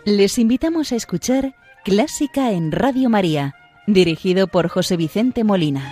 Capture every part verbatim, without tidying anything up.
Les invitamos a escuchar Clásica en Radio María, dirigido por José Vicente Molina.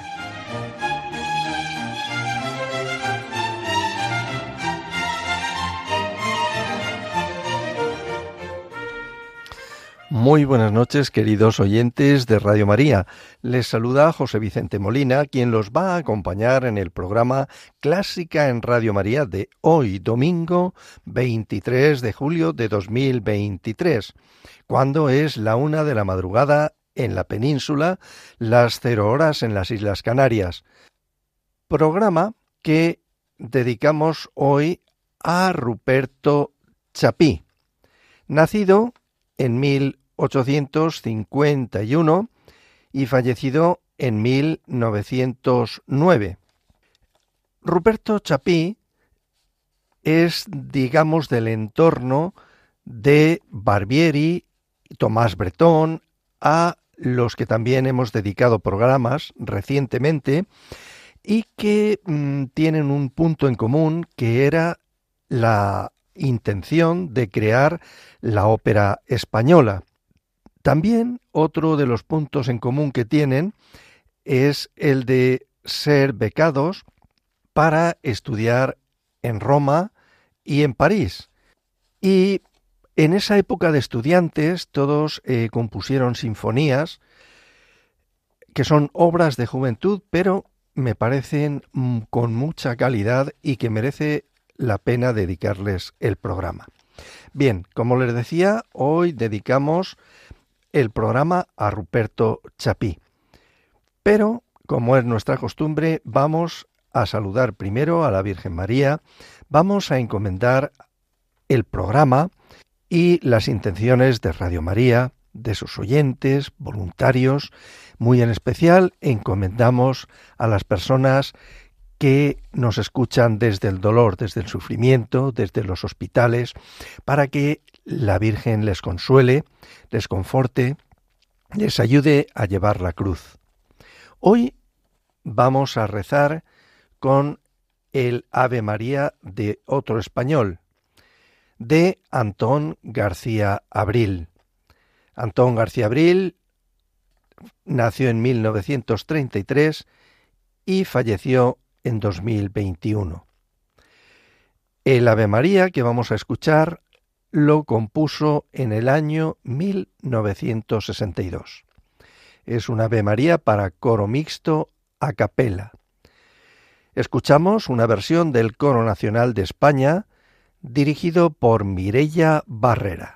Muy buenas noches, queridos oyentes de Radio María. Les saluda José Vicente Molina, quien los va a acompañar en el programa Clásica en Radio María de hoy, domingo veintitrés de julio de dos mil veintitrés, cuando es la una de la madrugada en la península, las cero horas en las Islas Canarias. Programa que dedicamos hoy a Ruperto Chapí, nacido en mil ochocientos cincuenta y uno y fallecido en mil novecientos nueve. Ruperto Chapí es, digamos, del entorno de Barbieri, Tomás Bretón, a los que también hemos dedicado programas recientemente y que mmm, tienen un punto en común, que era la intención de crear la ópera española. También otro de los puntos en común que tienen es el de ser becados para estudiar en Roma y en París. Y en esa época de estudiantes todos eh, compusieron sinfonías que son obras de juventud, pero me parecen mm, con mucha calidad y que merece la pena dedicarles el programa. Bien, como les decía, hoy dedicamos el programa a Ruperto Chapí. Pero, como es nuestra costumbre, vamos a saludar primero a la Virgen María, vamos a encomendar el programa y las intenciones de Radio María, de sus oyentes, voluntarios. Muy en especial encomendamos a las personas que nos escuchan desde el dolor, desde el sufrimiento, desde los hospitales, para que la Virgen les consuele, les conforte, les ayude a llevar la cruz. Hoy vamos a rezar con el Ave María de otro español, de Antón García Abril. Antón García Abril nació en mil novecientos treinta y tres y falleció en dos mil veintiuno. El Ave María que vamos a escuchar lo compuso en el año mil novecientos sesenta y dos. Es un Ave María para coro mixto a capela. Escuchamos una versión del Coro Nacional de España dirigido por Mireia Barrera.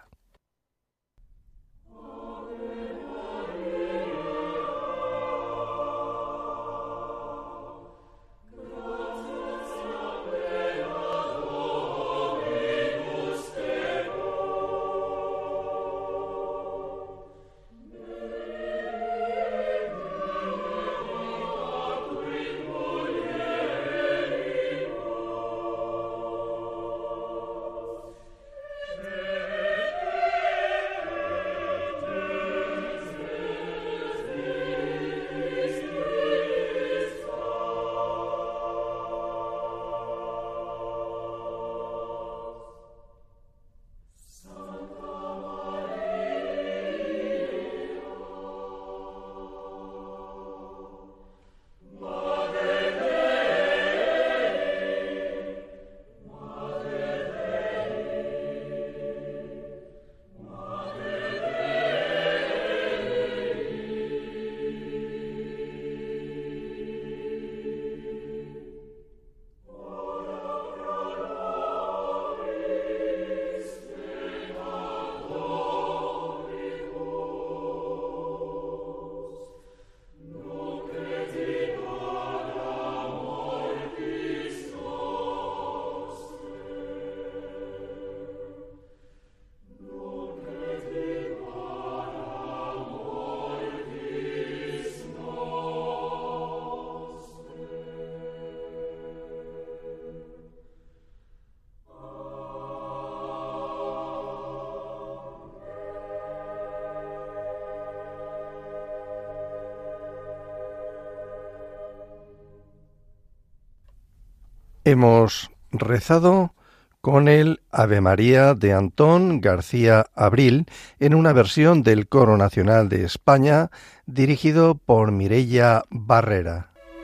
Hemos rezado con el Ave María de Antón García Abril en una versión del Coro Nacional de España dirigido por Mireia Barrera.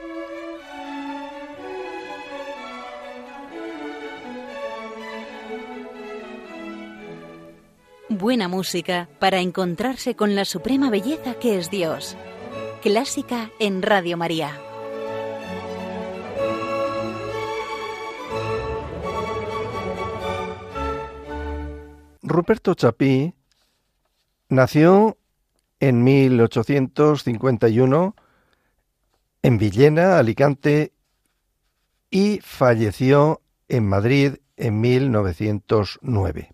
Buena música para encontrarse con la suprema belleza que es Dios. Clásica en Radio María. Ruperto Chapí nació en mil ochocientos cincuenta y uno en Villena, Alicante, y falleció en Madrid en mil novecientos nueve.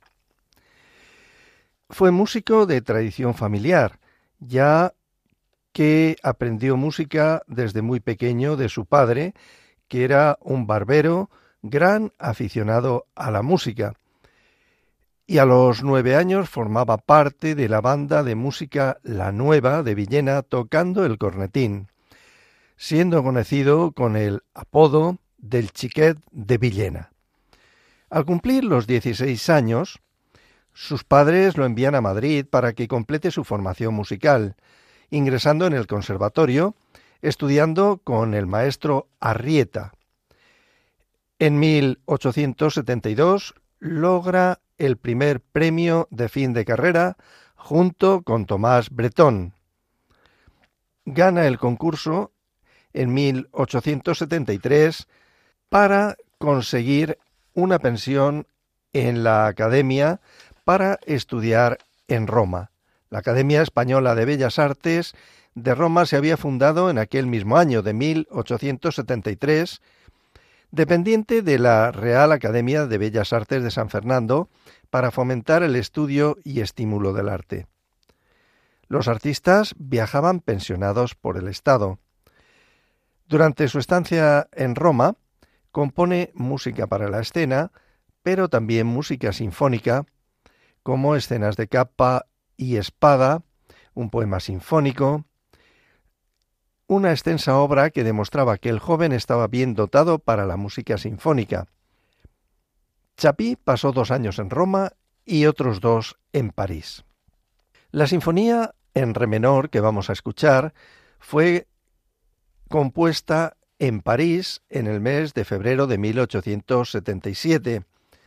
Fue músico de tradición familiar, ya que aprendió música desde muy pequeño de su padre, que era un barbero, gran aficionado a la música. Y a los nueve años formaba parte de la banda de música La Nueva de Villena tocando el cornetín, siendo conocido con el apodo del Xiquet de Villena. Al cumplir los dieciséis años, sus padres lo envían a Madrid para que complete su formación musical, ingresando en el conservatorio, estudiando con el maestro Arrieta. En mil ochocientos setenta y dos logra el primer premio de fin de carrera junto con Tomás Bretón. Gana el concurso en mil ochocientos setenta y tres para conseguir una pensión en la Academia para estudiar en Roma. La Academia Española de Bellas Artes de Roma se había fundado en aquel mismo año de mil ochocientos setenta y tres, dependiente de la Real Academia de Bellas Artes de San Fernando, para fomentar el estudio y estímulo del arte. Los artistas viajaban pensionados por el Estado. Durante su estancia en Roma, compone música para la escena, pero también música sinfónica, como escenas de capa y espada, un poema sinfónico, una extensa obra que demostraba que el joven estaba bien dotado para la música sinfónica. Chapí pasó dos años en Roma y otros dos en París. La sinfonía en re menor que vamos a escuchar fue compuesta en París en el mes de febrero de mil ochocientos setenta y siete.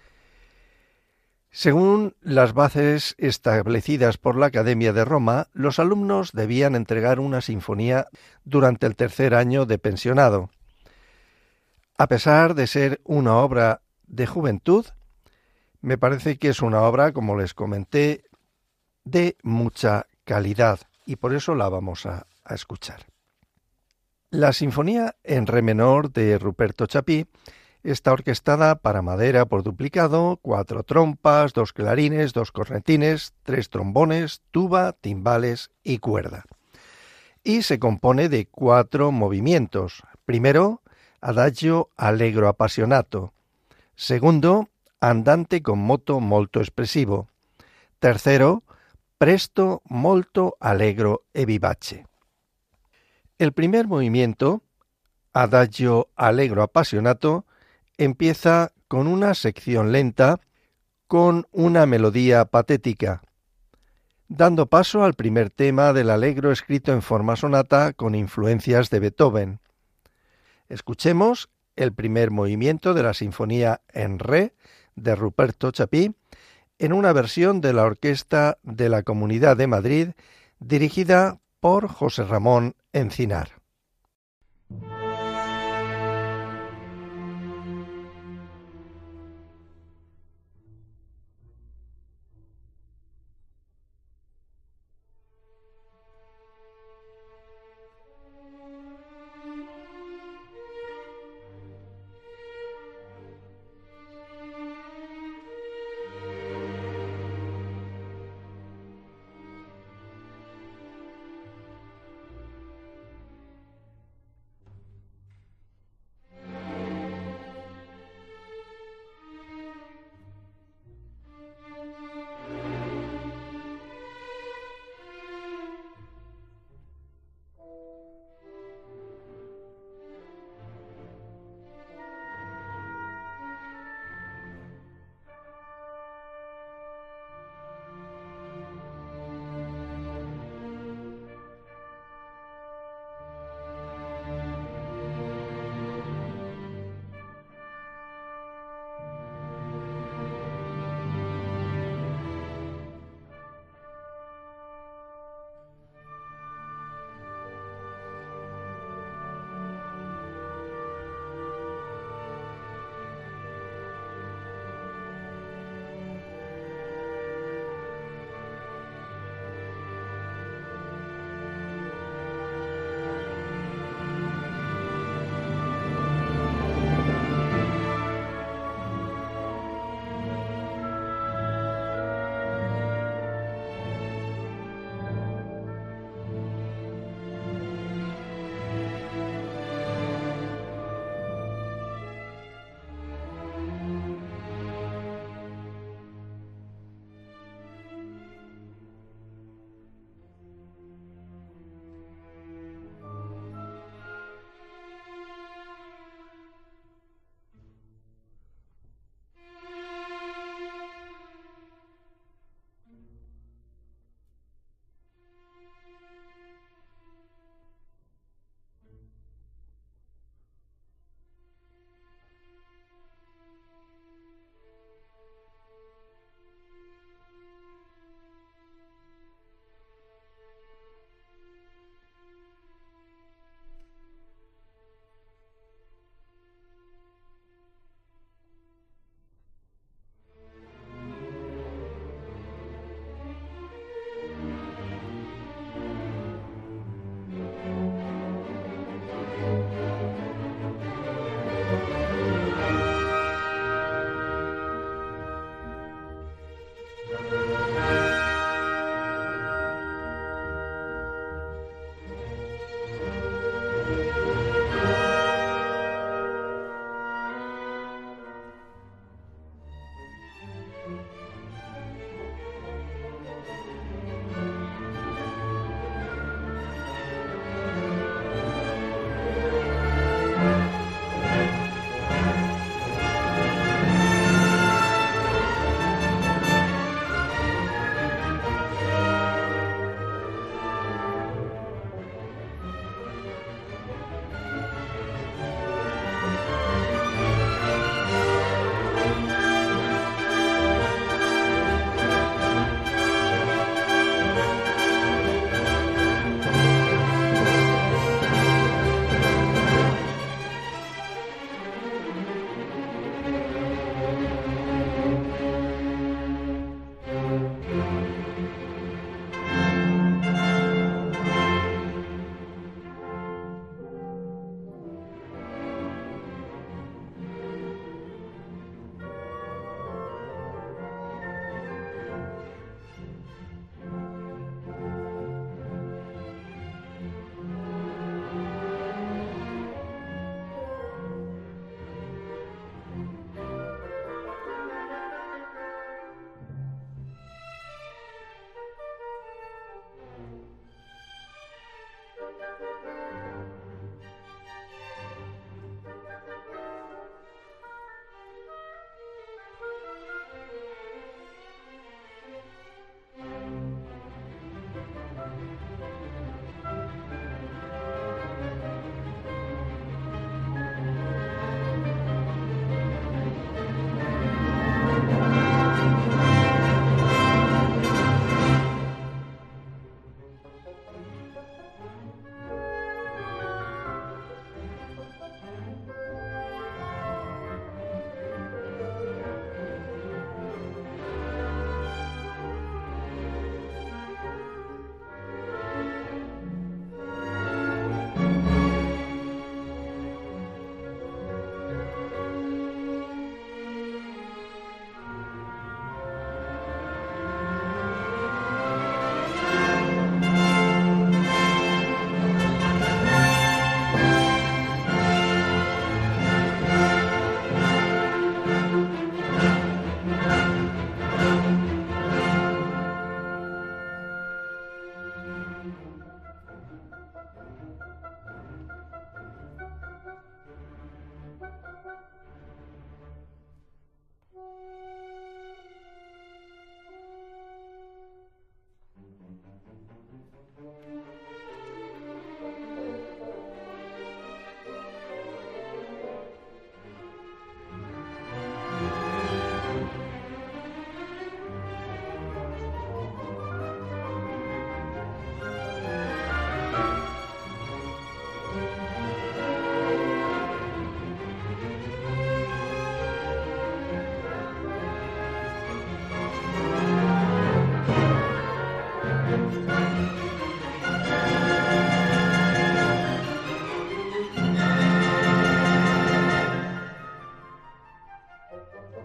Según las bases establecidas por la Academia de Roma, los alumnos debían entregar una sinfonía durante el tercer año de pensionado. A pesar de ser una obra de juventud, me parece que es una obra, como les comenté, de mucha calidad, y por eso la vamos a, a escuchar. La sinfonía en re menor de Ruperto Chapí está orquestada para madera por duplicado, cuatro trompas, dos clarines, dos cornetines, tres trombones, tuba, timbales y cuerda. Y se compone de cuatro movimientos. Primero, adagio allegro appassionato. Segundo, andante con moto molto espressivo. Tercero, presto molto allegro e vivace. El primer movimiento, adagio allegro appassionato, empieza con una sección lenta con una melodía patética, dando paso al primer tema del allegro escrito en forma sonata con influencias de Beethoven. Escuchemos el primer movimiento de la sinfonía en re de Ruperto Chapí en una versión de la Orquesta de la Comunidad de Madrid dirigida por José Ramón Encinar.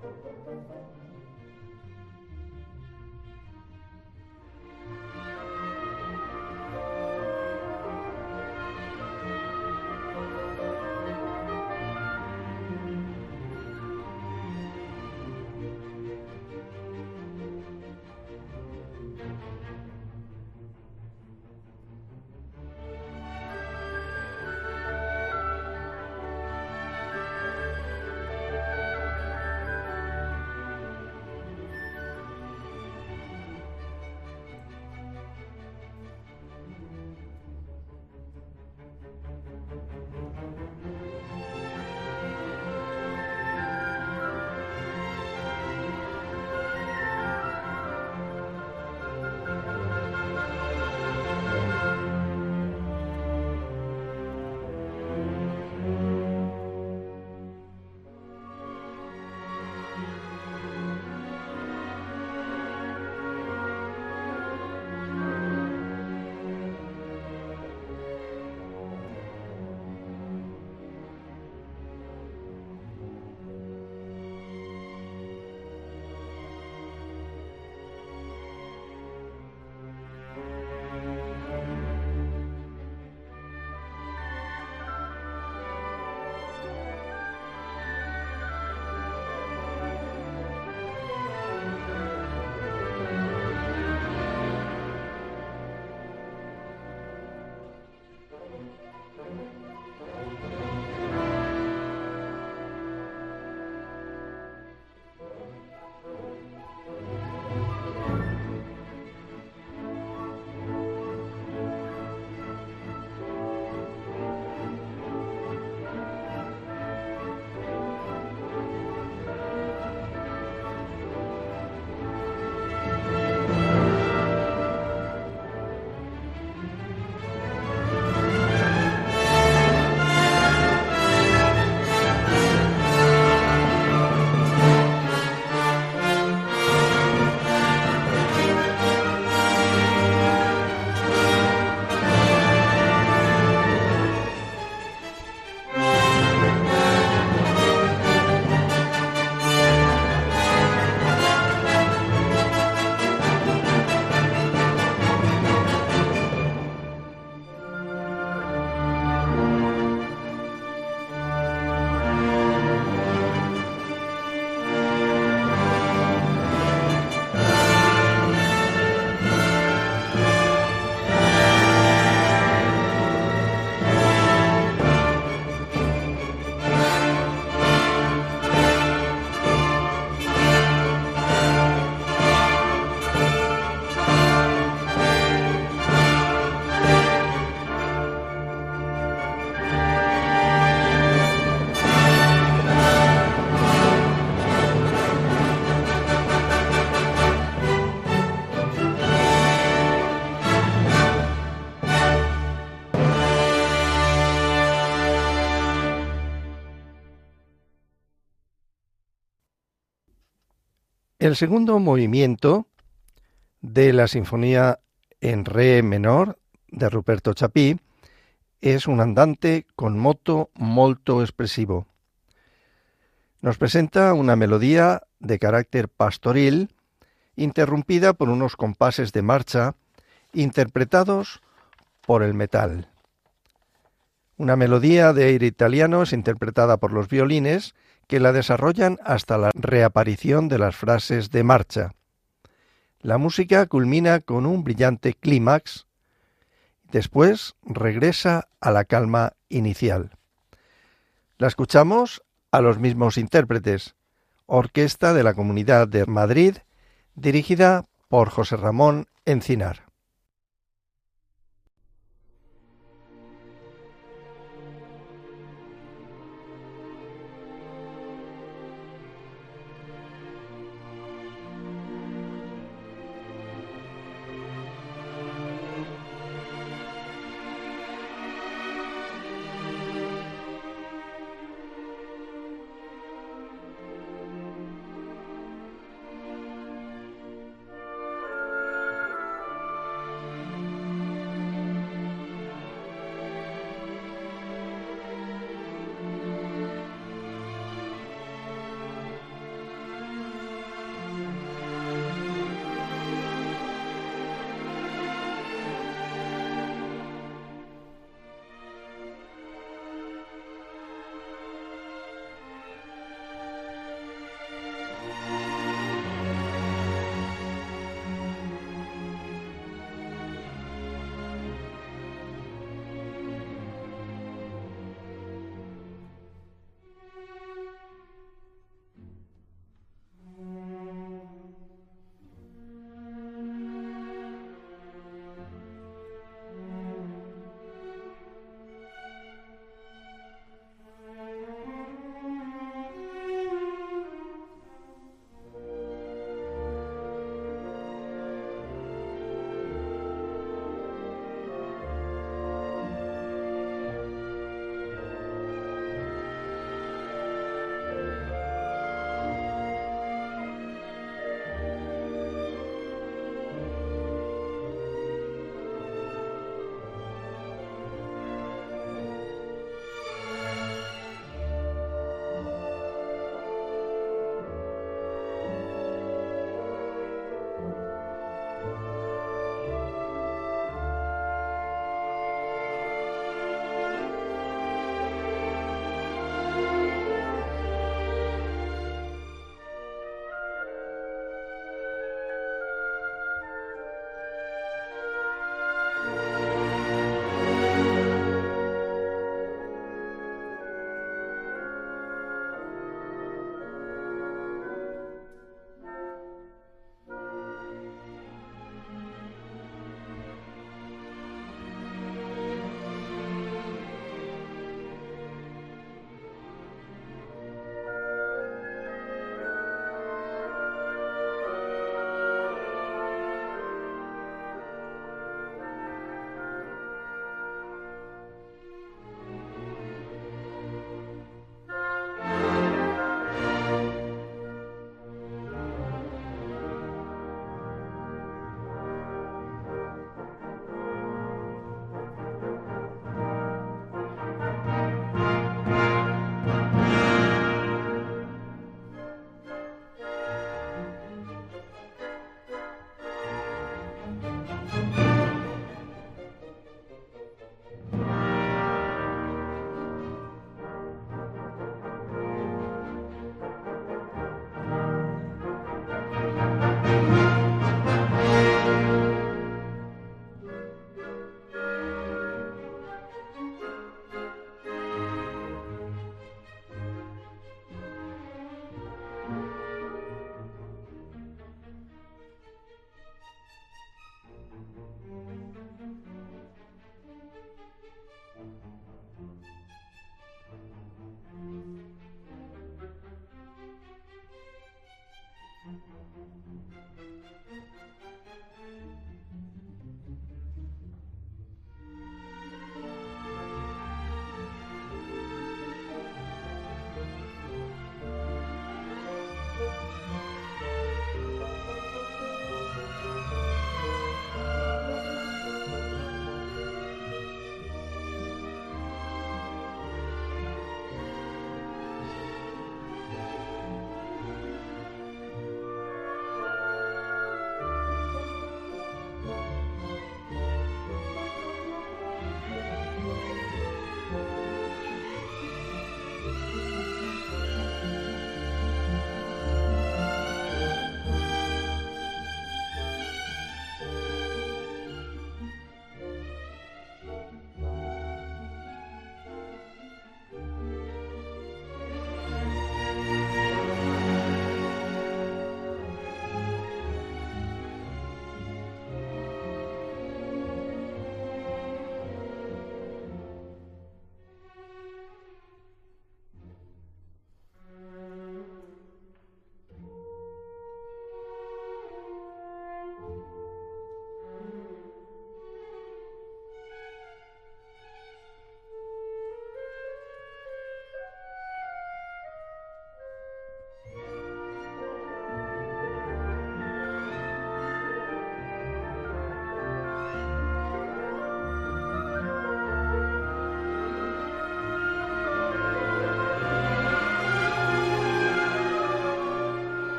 El segundo movimiento de la Sinfonía en Re menor de Ruperto Chapí es un andante con moto molto espressivo. Nos presenta una melodía de carácter pastoril interrumpida por unos compases de marcha interpretados por el metal. Una melodía de aire italiano es interpretada por los violines que la desarrollan hasta la reaparición de las frases de marcha. La música culmina con un brillante clímax, después regresa a la calma inicial. La escuchamos a los mismos intérpretes, Orquesta de la Comunidad de Madrid, dirigida por José Ramón Encinar.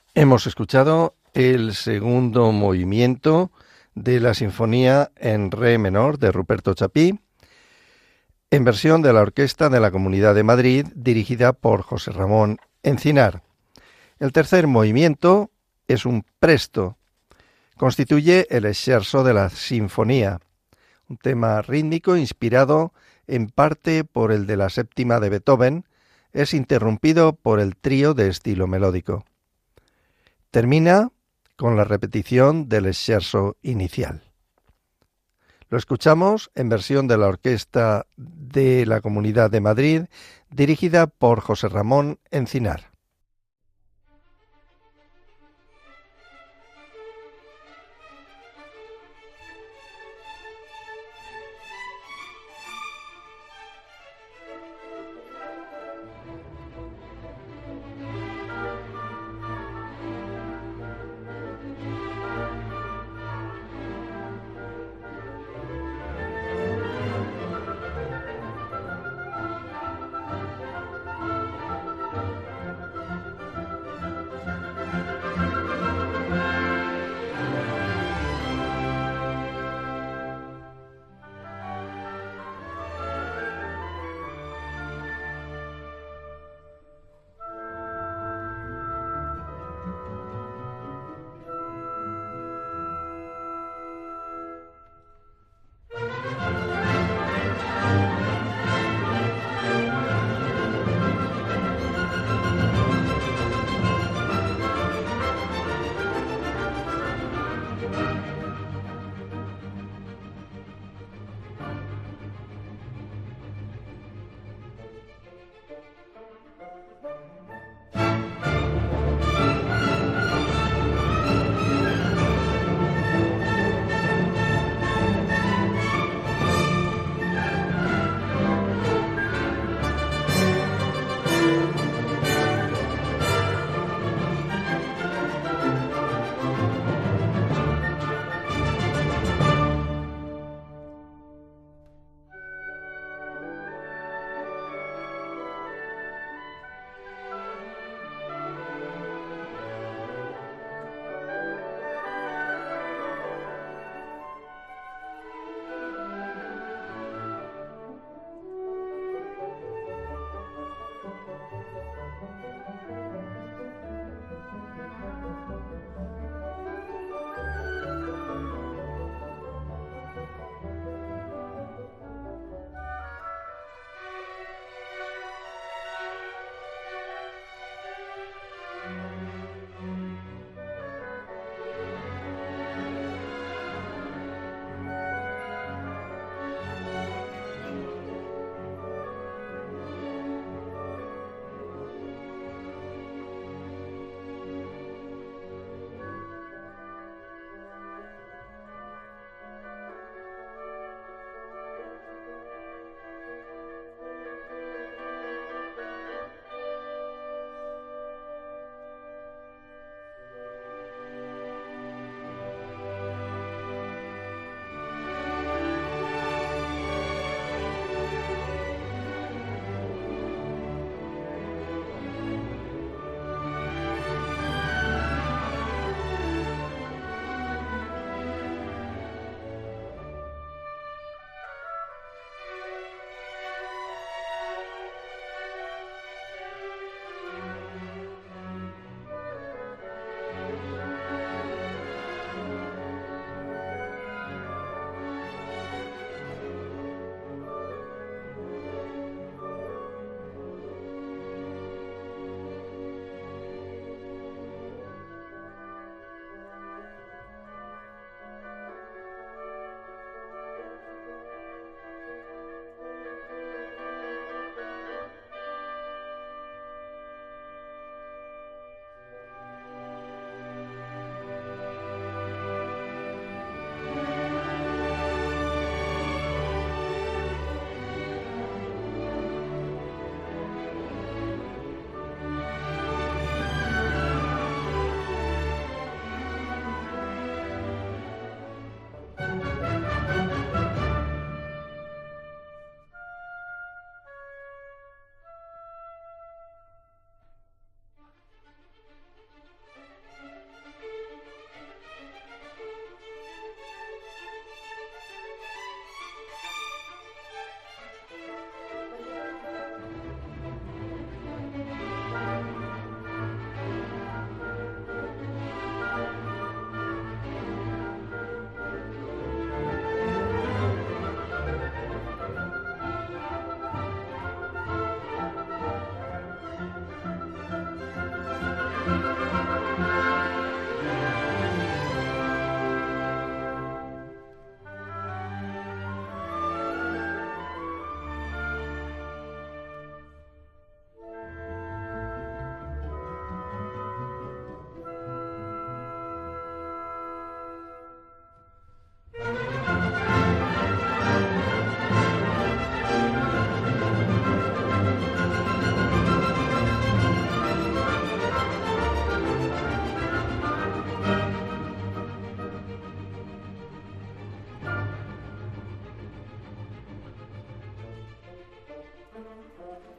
Hemos escuchado el segundo movimiento de la Sinfonía en Re menor de Ruperto Chapí, en versión de la Orquesta de la Comunidad de Madrid, dirigida por José Ramón Encinar. El tercer movimiento es un presto. Constituye el scherzo de la Sinfonía, un tema rítmico inspirado en parte por el de la séptima de Beethoven, es interrumpido por el trío de estilo melódico. Termina con la repetición del scherzo inicial. Lo escuchamos en versión de la Orquesta de la Comunidad de Madrid, dirigida por José Ramón Encinar.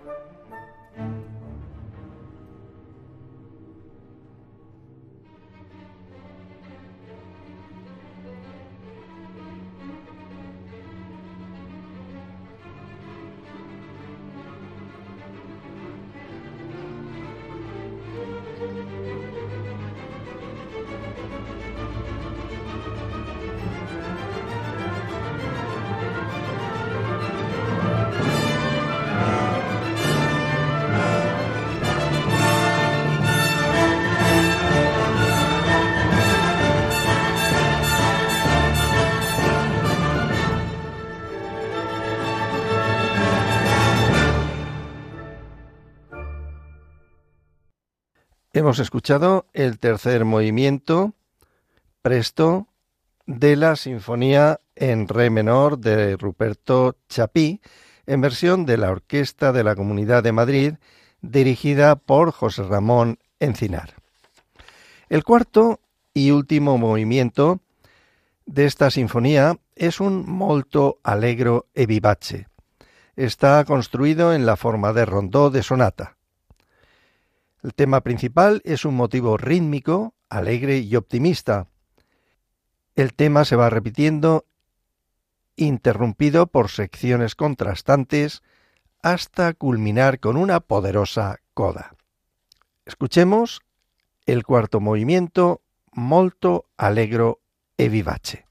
Hemos escuchado el tercer movimiento, Presto, de la Sinfonía en Re menor de Ruperto Chapí, en versión de la Orquesta de la Comunidad de Madrid, dirigida por José Ramón Encinar. El cuarto y último movimiento de esta sinfonía es un molto allegro e vivace. Está construido en la forma de rondó de sonata. El tema principal es un motivo rítmico, alegre y optimista. El tema se va repitiendo, interrumpido por secciones contrastantes, hasta culminar con una poderosa coda. Escuchemos el cuarto movimiento, molto allegro e vivace.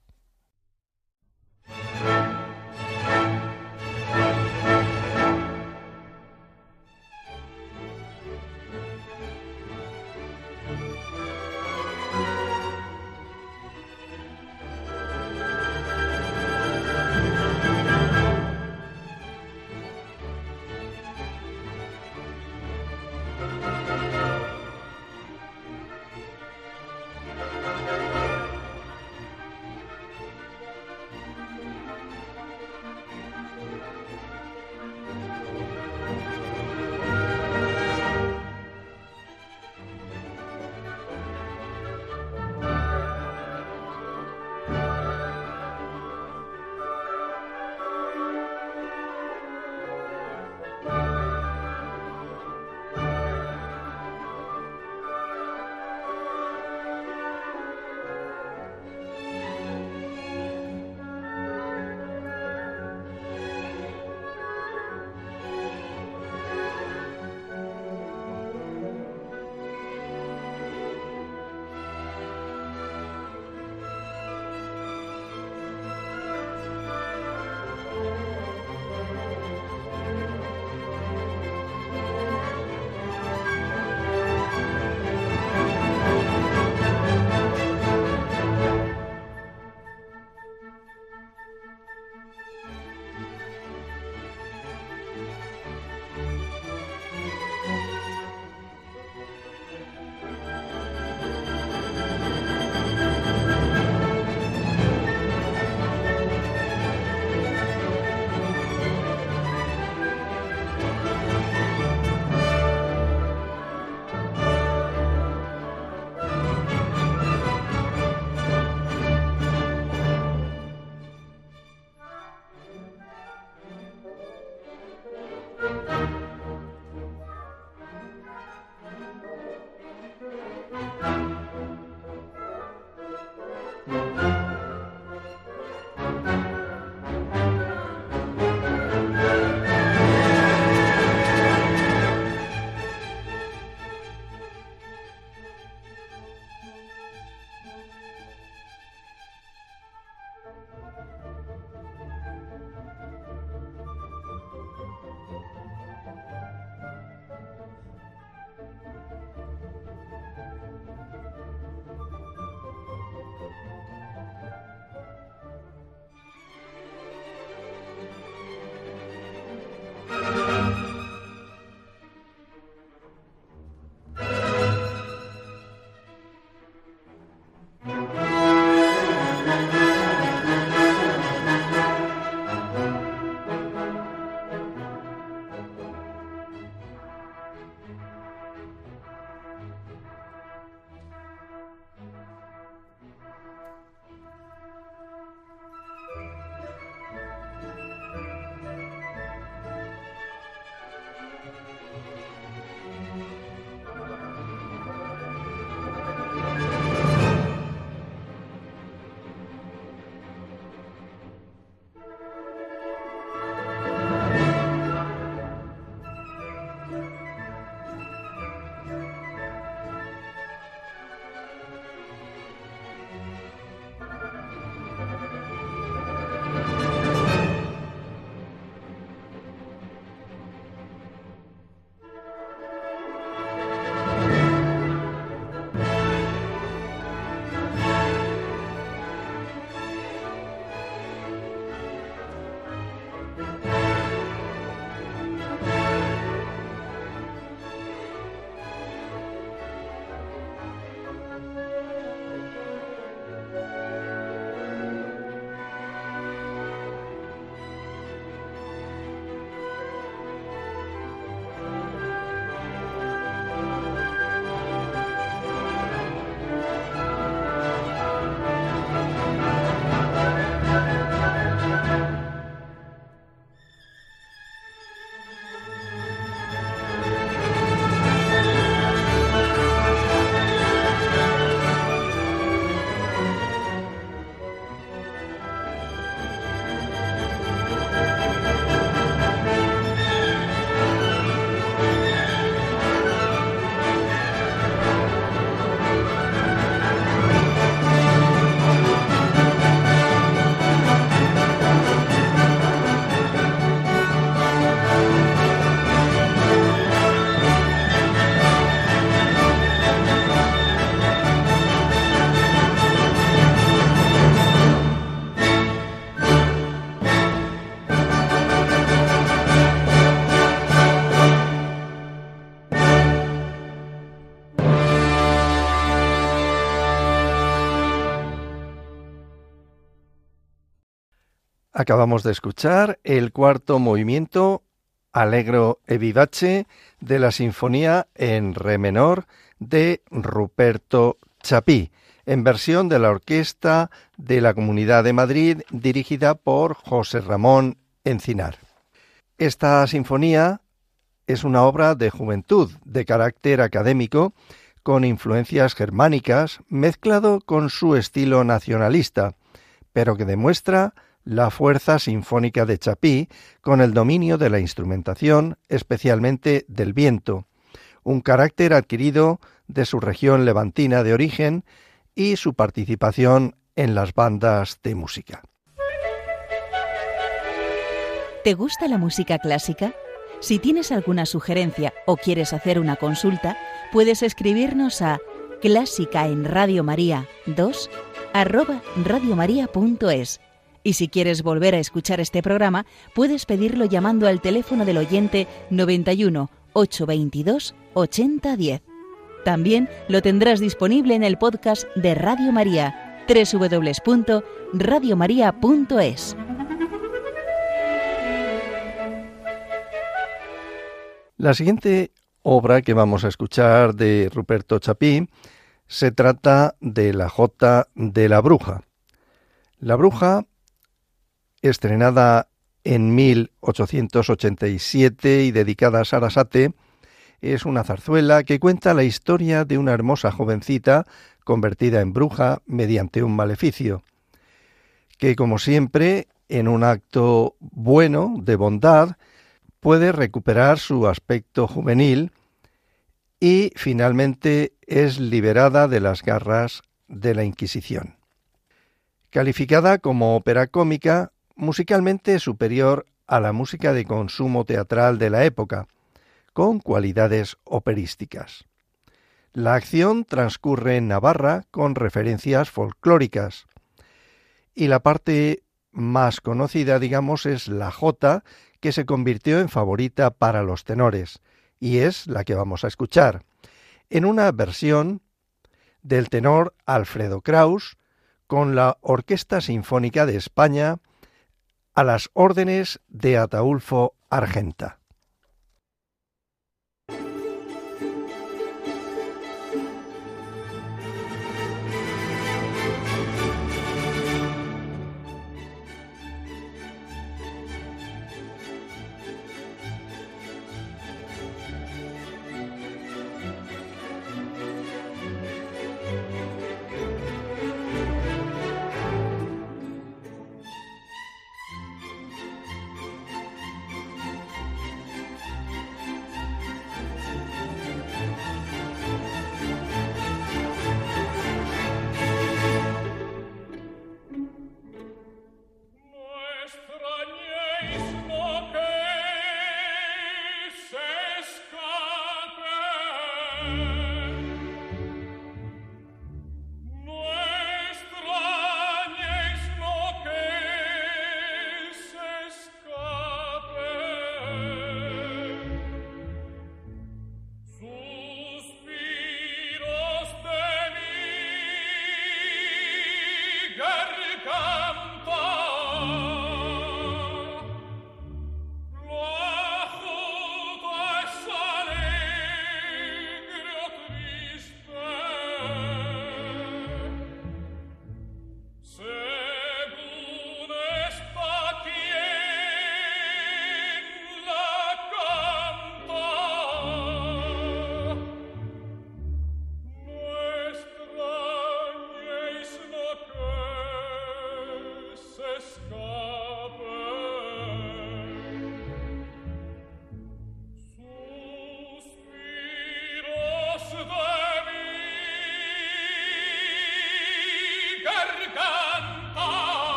Acabamos de escuchar el cuarto movimiento Allegro e vivace de la Sinfonía en Re menor de Ruperto Chapí, en versión de la Orquesta de la Comunidad de Madrid, dirigida por José Ramón Encinar. Esta sinfonía es una obra de juventud, de carácter académico, con influencias germánicas, mezclado con su estilo nacionalista, pero que demuestra la fuerza sinfónica de Chapí con el dominio de la instrumentación, especialmente del viento, un carácter adquirido de su región levantina de origen y su participación en las bandas de música. ¿Te gusta la música clásica? Si tienes alguna sugerencia o quieres hacer una consulta, puedes escribirnos a clásica en Radio María dos arroba radiomaria.es. Y si quieres volver a escuchar este programa, puedes pedirlo llamando al teléfono del oyente noventa y uno, ochocientos veintidós, ochenta diez. También lo tendrás disponible en el podcast de Radio María, doble u doble u doble u punto radio maría punto es. La siguiente obra que vamos a escuchar de Ruperto Chapí se trata de la Jota de la Bruja. La Bruja, estrenada en mil ochocientos ochenta y siete y dedicada a Sarasate, es una zarzuela que cuenta la historia de una hermosa jovencita convertida en bruja mediante un maleficio, que como siempre, en un acto bueno de bondad, puede recuperar su aspecto juvenil y finalmente es liberada de las garras de la Inquisición. Calificada como ópera cómica, musicalmente superior a la música de consumo teatral de la época, con cualidades operísticas. La acción transcurre en Navarra con referencias folclóricas, y la parte más conocida, digamos, es la jota, que se convirtió en favorita para los tenores, y es la que vamos a escuchar, en una versión del tenor Alfredo Kraus, con la Orquesta Sinfónica de España, a las órdenes de Ataúlfo Argenta.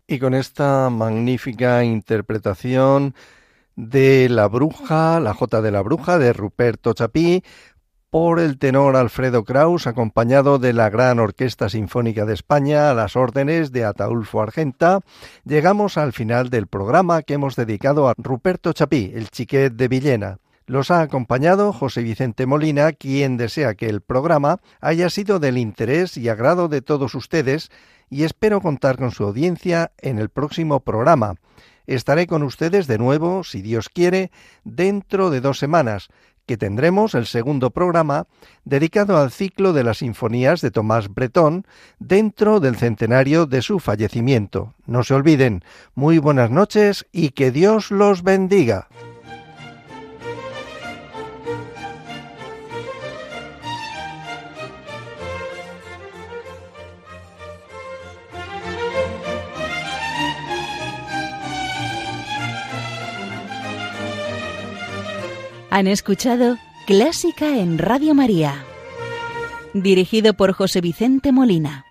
Y con esta magnífica interpretación de La Bruja, la Jota de la Bruja, de Ruperto Chapí, por el tenor Alfredo Kraus, acompañado de la Gran Orquesta Sinfónica de España, a las órdenes de Ataulfo Argenta, llegamos al final del programa que hemos dedicado a Ruperto Chapí, el Xiquet de Villena. Los ha acompañado José Vicente Molina, quien desea que el programa haya sido del interés y agrado de todos ustedes, y espero contar con su audiencia en el próximo programa. Estaré con ustedes de nuevo, si Dios quiere, dentro de dos semanas, que tendremos el segundo programa dedicado al ciclo de las sinfonías de Tomás Bretón dentro del centenario de su fallecimiento. No se olviden, muy buenas noches y que Dios los bendiga. Han escuchado Clásica en Radio María, dirigido por José Vicente Molina.